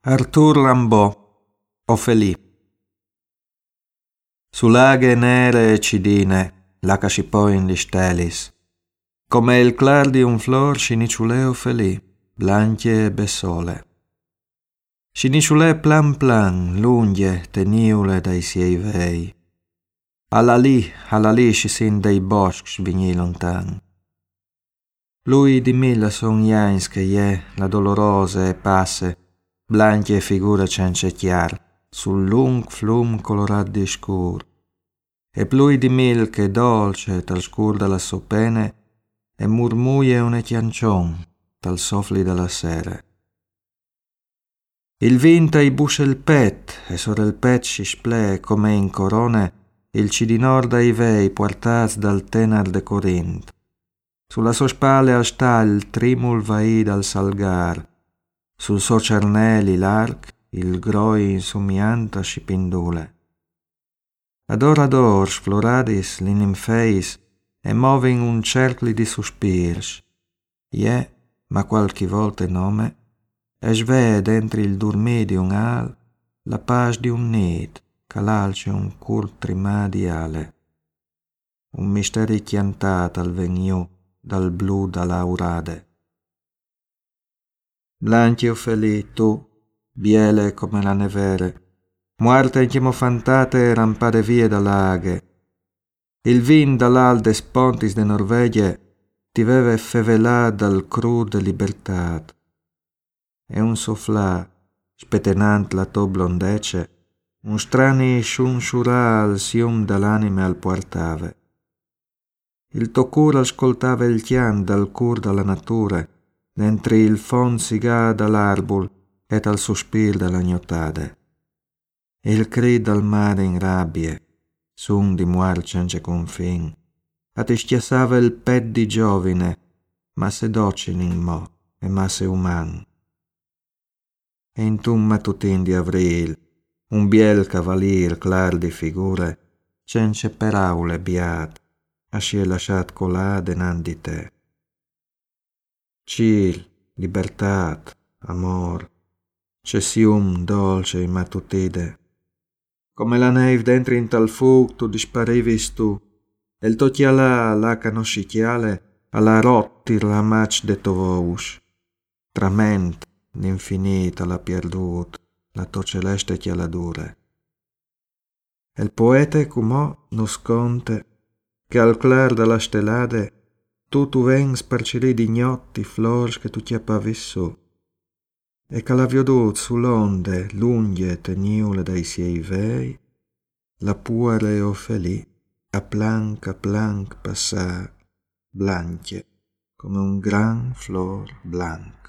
Arthur Rimbaud, Ophélie. Su laghe nere e cidine, lacaci poi in gli stelis, come il clar di un flor sciniciulè Ophélie, blanche e bessole. Sciniciulè plan plan, lunghe, teniule dai siei vei. Alla lì scisin dei boschi vigni lontan. Lui di mille son jains che je, la dolorose e passe, blanche figure cence chiar, sul lung flum colorat di scur. E plui di mil che dolce, tal scur della sopene, e murmuie une chiancion, tal sofli della sere. Il vinta i busce il pet, e sore il pet si splè come in corone, il cidinor dai vei portaz dal tenar de Corint. Sulla sua spalle al sta il trimul vai dal salgar, sul suo cernelli l'arc, il groi insumianta scipindule. Ador sfloradis l'inimfeis e movin un cercli di suspirs. Ma qualche volta nome, e svè dentri il dormir di un al, la pace di un nid, calalce un curt trimà di ale. Un misteri chiantat al vegniu dal blu dall'aurade. Blanchi Ophélie, tu, biele come la nevere, muerte inchimofantate rampade vie dall'aghe. Il vin dall'alde spontis de Norvegie ti veve fevelà dal cru de libertat. E un soflà, spetenant la to blondece, un strani sciunsurà al sium dall'anime al portave. Il to cur ascoltava il chian dal cur dalla natura, dentri il fon sigà dall'arbul et al sospir dalla gnotade. Il cri dal mare in rabbie, sun di muar cence confin, attischiassava il pet di giovine, ma se docil in mo, e ma se uman. E in un matutin di avril, un biel cavalier clar di figure, cence per aule biat, asci è lasciat colà denan di te. Cil, libertat, amor, cessium dolce in matutide. Come la neve dentro in tal fug tu disparivis tu, e il to chiala la canoscichiale alla rottir la mac de tovous. Trament, l'infinita la pierdut, la to celeste chialadure. El poete cumò nos conte che al clar della stelade tu ven sparciri d'ignotti flors che tu chiappavi su, e che la viodut sull'onde lunghe teniule dai siei vei, la puere Ophélie a plank passà, blanche come un gran flor blanc.